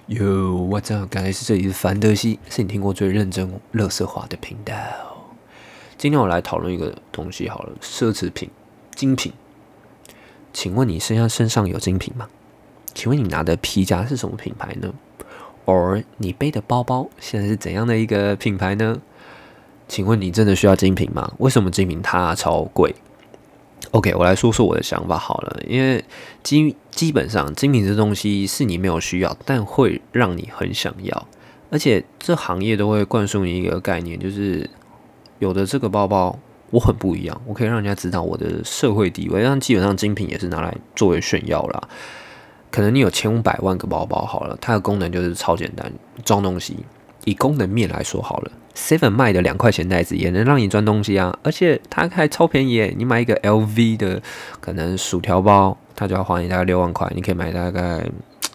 Yo，What's up？这里是凡德西，是你听过最认真、垃圾话的频道。今天我来讨论一个东西好了，奢侈品、精品。请问你现在身上有精品吗？请问你拿的皮夹是什么品牌呢？你背的包包现在是怎样的一个品牌呢？请问你真的需要精品吗？为什么精品它超贵？OK， 我来说说我的想法好了，因为基本上精品这东西是你没有需要，但会让你很想要，而且这行业都会灌输你一个概念，就是有的这个包包我很不一样，我可以让人家知道我的社会地位，但基本上精品也是拿来作为炫耀啦。可能你有1500万个包包好了，它的功能就是超简单，装东西。以功能面来说好了，Seven 卖的2块钱袋子也能让你装东西啊，而且它还超便宜耶！你买一个 LV 的可能薯条包，它就要花你大概6万块，你可以买大概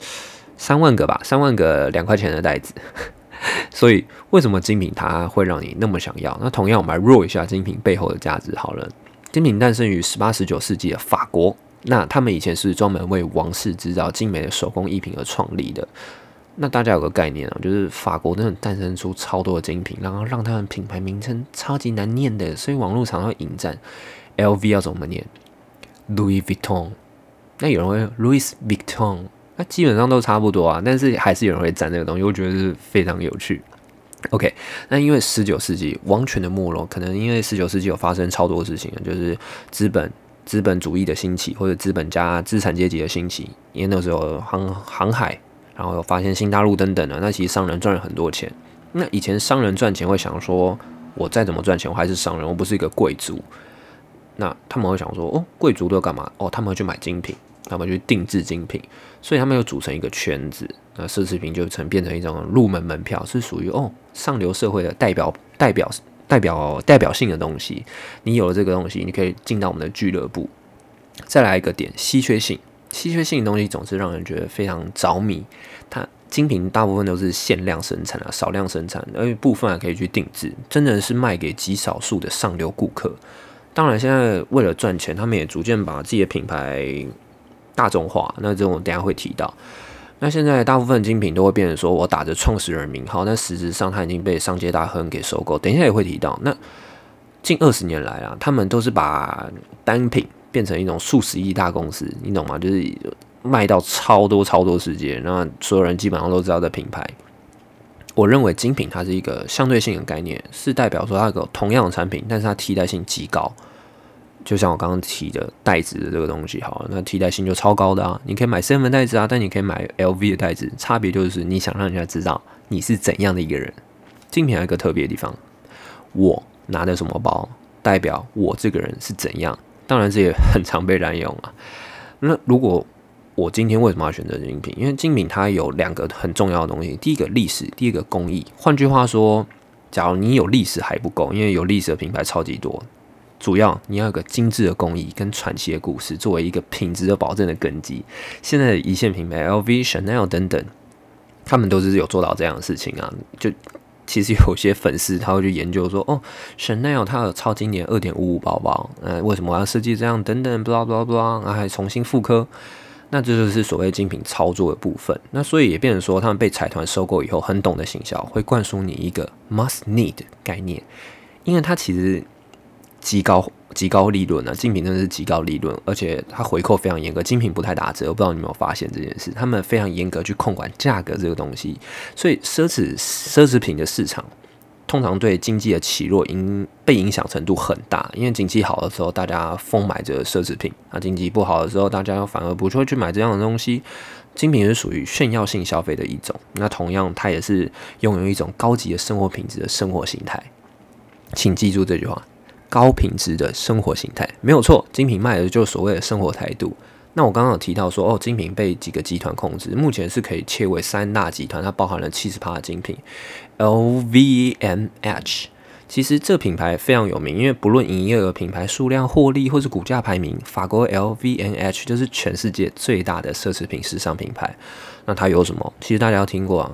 3万个吧，3万个2块钱的袋子。所以为什么精品它会让你那么想要？那同样我们来 roll 一下精品背后的价值好了。精品诞生于18、19世纪的法国，那他们以前是专门为王室制造精美的手工艺品而创立的。那大家有个概念啊，就是法国真的诞生出超多的精品，然后让他们品牌名称超级难念的，所以网络常常会引战。LV 要怎么念 ？Louis Vuitton。那有人会 Louis Vuitton， 那基本上都差不多啊，但是还是有人会赞这个东西，我觉得是非常有趣。OK， 那因为19世纪王权的没落，可能因为19世纪有发生超多事情，就是资本主义的兴起，或者资本家资产阶级的兴起，因为那时候航海。然后有发现新大陆等等的，那其实商人赚了很多钱。那以前商人赚钱会想说，我再怎么赚钱，我还是商人，我不是一个贵族。那他们会想说，贵族都干嘛？他们会去买精品，他们去定制精品，所以他们又组成一个圈子。那奢侈品就变成一种入门门票，是属于上流社会的代表性的东西。你有了这个东西，你可以进到我们的俱乐部。再来一个点，稀缺性的东西总是让人觉得非常着迷。它精品大部分都是限量生产啊，少量生产，而且部分还可以去定制，真的是卖给极少数的上流顾客。当然，现在为了赚钱，他们也逐渐把自己的品牌大众化。那这种等一下会提到。那现在大部分精品都会变成说我打着创始人名号，但实质上它已经被商界大亨给收购。等一下也会提到。那近20年来啊，他们都是把单品变成一种数十亿大公司，你懂吗？就是卖到超多世界，那所有人基本上都知道的品牌。我认为精品它是一个相对性的概念，是代表说它有同样的产品，但是它替代性极高。就像我刚刚提的袋子的这个东西，好了，那替代性就超高的啊！你可以买 7 袋子啊，但你可以买 LV 的袋子，差别就是你想让人家知道你是怎样的一个人。精品有一个特别的地方，我拿的什么包，代表我这个人是怎样。当然，这也很常被滥用啊。那如果我今天为什么要选择精品？因为精品它有2个很重要的东西，第一个历史，第二个工艺。换句话说，假如你有历史还不够，因为有历史的品牌超级多，主要你要有个精致的工艺跟传奇的故事，作为一个品质的保证的根基。现在的一线品牌 LV、Chanel 等等，他们都是有做到这样的事情啊。就其实有些粉丝他会去研究说，Chanel 它有超经典2.55包包，为什么我要设计这样等等 blah blah blah， 然后还重新复刻。那这就是所谓精品操作的部分。那所以也变成说，他们被财团收购以后，很懂得行销，会灌输你一个 must need 概念，因为它其实极高利润啊，精品真的是极高利润，而且它回扣非常严格，精品不太打折。我不知道你有没有发现这件事，他们非常严格去控管价格这个东西，所以奢侈品的市场通常对经济的起落被影响程度很大，因为经济好的时候，大家疯买着奢侈品；经济不好的时候，大家反而不会去买这样的东西。精品是属于炫耀性消费的一种，那同样它也是拥有一种高级的生活品质的生活形态。请记住这句话：高品质的生活形态，没有错。精品卖的就是所谓的生活态度。那我刚刚有提到说，精品被几个集团控制，目前是可以切为3大集团，它包含了70%的精品。LVMH 其实这品牌非常有名，因为不论营业额、品牌数量、获利或是股价排名，法国 LVMH 就是全世界最大的奢侈品时尚品牌。那它有什么？其实大家有听过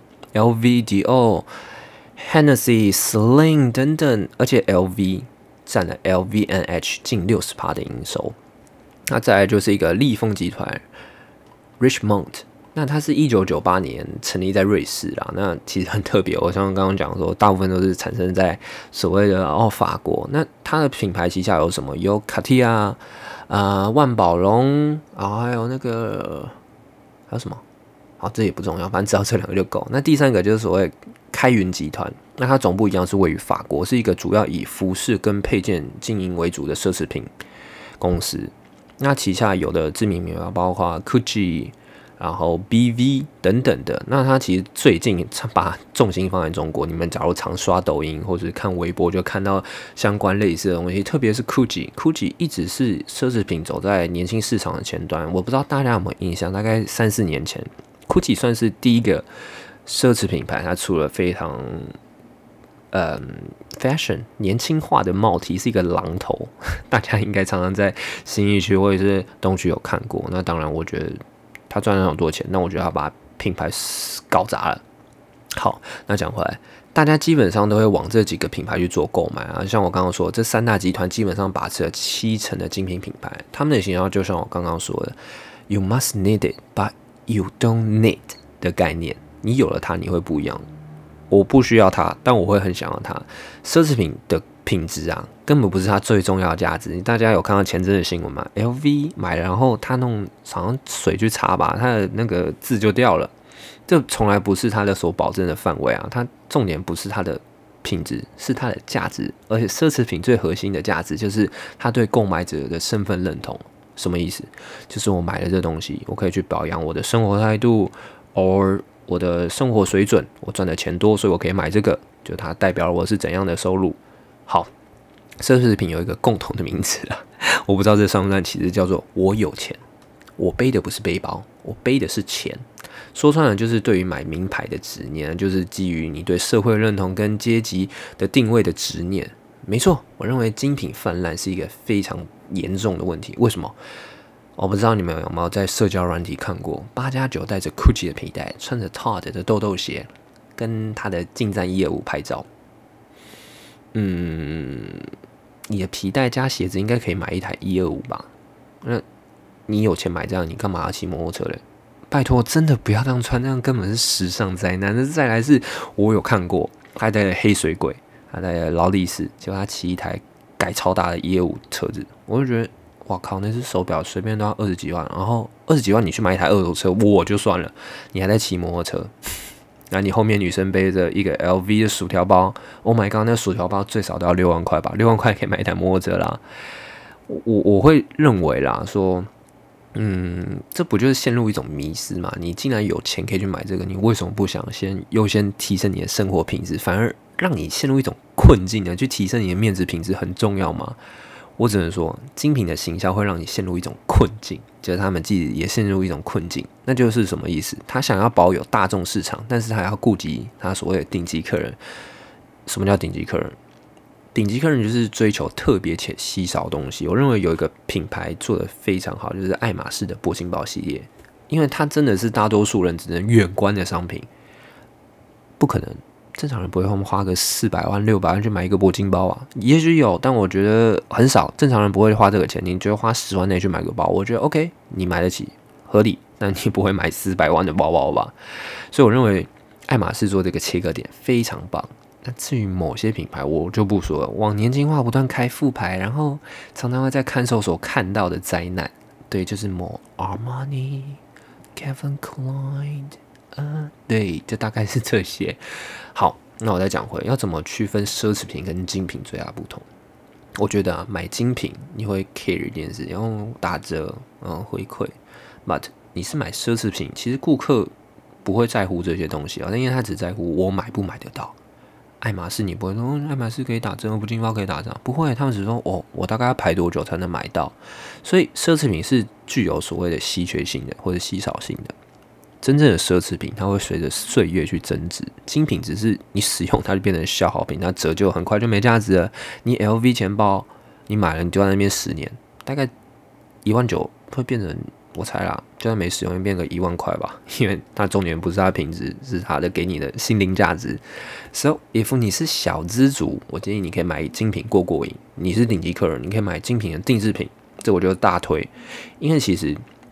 LV、Dior、Hennessy、Celine 等等，而且 LV 占了 LVMH 近60%的营收。那再来就是一个利丰集团 Richemont 那它是1998年成立在瑞士啦，那其实很特别。我像刚刚讲说，大部分都是产生在所谓的法国。那它的品牌旗下有什么？有卡地亚、万宝龙，然后还有那个还有什么？好，这也不重要，反正知道这2个就够。那第3个就是所谓开云集团，那它总部一样是位于法国，是一个主要以服饰跟配件经营为主的奢侈品公司。那旗下有的知名品牌包括 Gucci。然后 BV 等等的，那它其实最近把重心放在中国。你们假如常刷抖音或者看微博，就看到相关类似的东西。特别是 Gucci 一直是奢侈品走在年轻市场的前端。我不知道大家有没有印象，大概3-4年前 ，Gucci 算是第一个奢侈品牌，它出了非常fashion 年轻化的帽 T， 是一个榔头。大家应该常常在信义区或者是东区有看过。那当然，我觉得他赚了很多钱，但我觉得他把品牌搞砸了。好，那讲回来，大家基本上都会往这几个品牌去做购买啊。像我刚刚说，这3大集团基本上把持了70%的精品品牌。他们的形象就像我刚刚说的 ，You must need it, but you don't need 的概念。你有了它，你会不一样。我不需要它，但我会很想要它。奢侈品的品质啊，根本不是它最重要的价值。大家有看到前阵的新闻吗 ？LV 买了，然后他弄好像水去擦吧，它的那个字就掉了。这从来不是它的所保证的范围啊。它重点不是它的品质，是它的价值。而且奢侈品最核心的价值就是它对购买者的身份认同。什么意思？就是我买了这东西，我可以去表扬我的生活态度，我的生活水准，我赚的钱多，所以我可以买这个，就它代表了我是怎样的收入。好，奢侈品有一个共同的名词啦，我不知道这算不算，其实叫做我有钱。我背的不是背包，我背的是钱。说穿了，就是对于买名牌的执念，就是基于你对社会认同跟阶级的定位的执念。没错，我认为精品泛滥是一个非常严重的问题。为什么？我不知道你们有没有在社交软体看过8+9带着 Gucci 的皮带，穿着 Todd 的豆豆鞋，跟他的进站125拍照。你的皮带加鞋子应该可以买一台125吧？那你有钱买这样，你干嘛要骑摩托车嘞？拜托，真的不要这样穿，那样根本是时尚灾难。那再来是，我有看过，他带黑水鬼，他带劳力士，结果他骑一台改超大的125车子，我就觉得。哇靠！那只手表随便都要20几万，然后20几万你去买一台二手车，我就算了，你还在骑摩托车，那你后面女生背着一个 LV 的薯条包 ，Oh my god， 那薯条包最少都要6万块吧？6万块可以买一台摩托车啦。我会认为啦，说，这不就是陷入一种迷思嘛？你既然有钱可以去买这个，你为什么不想优先提升你的生活品质，反而让你陷入一种困境呢？去提升你的面子品质很重要吗？我只能说，精品的行销会让你陷入一种困境，就是他们自己也陷入一种困境。那就是什么意思？他想要保有大众市场，但是他要顾及他所谓的顶级客人。什么叫顶级客人？顶级客人就是追求特别且稀少的东西。我认为有一个品牌做得非常好，就是爱马仕的铂金包系列，因为它真的是大多数人只能远观的商品，不可能。正常人不会花个400万、600万去买一个铂金包啊，也许有，但我觉得很少。正常人不会花这个钱，你觉得花10万内去买个包，我觉得 OK， 你买得起，合理，但你不会买400万的包包吧？所以我认为爱马仕做这个切割点非常棒。那至于某些品牌，我就不说了，往年轻化不断开副牌，然后常常会在看守所看到的灾难。对，就是某 Armani、Calvin Klein。对，就大概是这些。好，那我再讲回要怎么区分奢侈品跟精品最大的不同。我觉得买精品你会 care 一件事，然后打折，回馈。But 你是买奢侈品，其实顾客不会在乎这些东西啊，因为他只在乎我买不买得到。爱马仕你不会说爱马仕可以打折，铂金包可以打折，不会，他们只说我大概要排多久才能买到。所以奢侈品是具有所谓的稀缺性的或者稀少性的。真正的奢侈品，它会随着岁月去增值。精品只是你使用它就变成消耗品，它折旧很快就没价值了。你 LV 钱包，你买了你丢在那边10年，大概19000会变成，我猜啦，就算没使用，变个1万块吧。因为它重点不是它的品质，是它的给你的心灵价值。So if 你是小资族，我建议你可以买精品过瘾。你是顶级客人，你可以买精品的定制品，这我觉得大推，因为其实。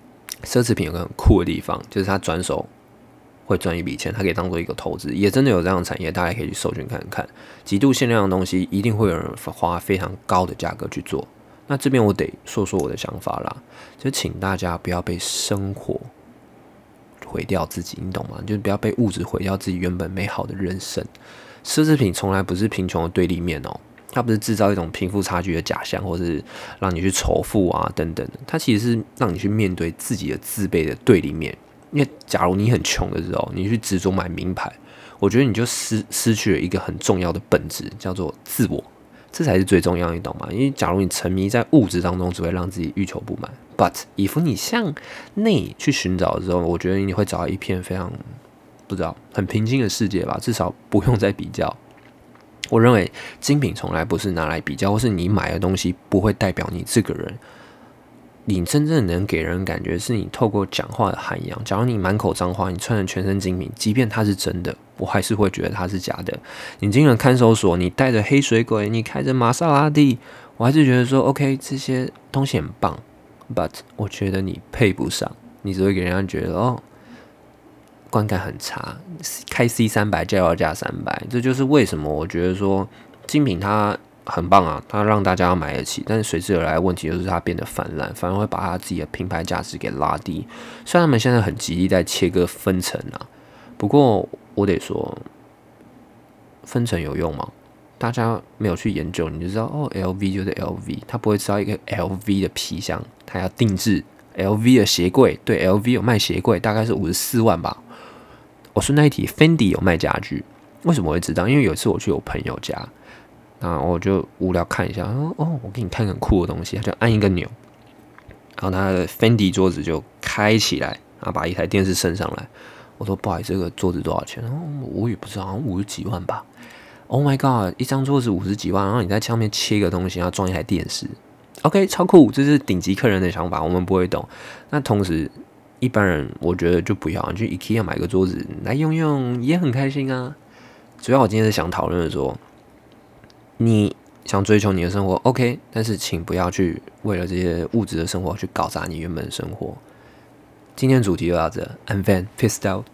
奢侈品有个很酷的地方，就是它转手会赚一笔钱，它可以当做一个投资，也真的有这样的产业，大家可以去搜寻看看。极度限量的东西，一定会有人花非常高的价格去做。那这边我得说说我的想法啦，就请大家不要被生活毁掉自己，你懂吗？就是不要被物质毁掉自己原本美好的人生。奢侈品从来不是贫穷的对立面哦，它不是制造一种贫富差距的假象，或是让你去仇富啊等等的，它其实是让你去面对自己的自卑的对立面。因为假如你很穷的时候，你去执着买名牌，我觉得你就失去了一个很重要的本质，叫做自我。这才是最重要的，你懂吗？因为假如你沉迷在物质当中，只会让自己欲求不满。But 以服你向内去寻找的时候，我觉得你会找到一片非常不知道很平静的世界吧，至少不用再比较。我认为精品从来不是拿来比较，或是你买的东西不会代表你这个人。你真正能给人感觉是你透过讲话的涵养。假如你满口脏话，你穿着全身精品，即便它是真的，我还是会觉得它是假的。你进了看守所，你带着黑水鬼，你开着玛莎拉蒂，我还是觉得说 OK， 这些东西很棒 ，but 我觉得你配不上，你只会给人家觉得观感很差。开 C300 就要价300，这就是为什么我觉得说精品它很棒啊，它让大家买得起，但是随之而来的问题就是它变得泛滥，反而会把它自己的品牌价值给拉低。虽然他们现在很极力在切割分层啊，不过我得说，分层有用吗？大家没有去研究，你就知道LV 就是 LV， 它不会知道一个 LV 的皮箱，它要定制 LV 的鞋柜，对 LV 有卖鞋柜，大概是54万吧。我顺带一提 ，Fendi 有卖家具，为什么会知道？因为有一次我去我朋友家。那我就无聊看一下，我给你看很酷的东西，他就按一个钮，然后他的 Fendi 桌子就开起来，然后把一台电视升上来。我说不好意思，这个桌子多少钱？我也不知道，好像50几万吧。Oh my god， 一张桌子50几万，然后你在上面切一个东西，然后装一台电视。OK， 超酷，这是顶级客人的想法，我们不会懂。那同时，一般人我觉得就不要，你去 IKEA 买个桌子来用用，也很开心啊。主要我今天是想讨论的说。你想追求你的生活 ，OK， 但是请不要去为了这些物质的生活去搞砸你原本的生活。今天的主题就到这 ，I'm Van， peace out。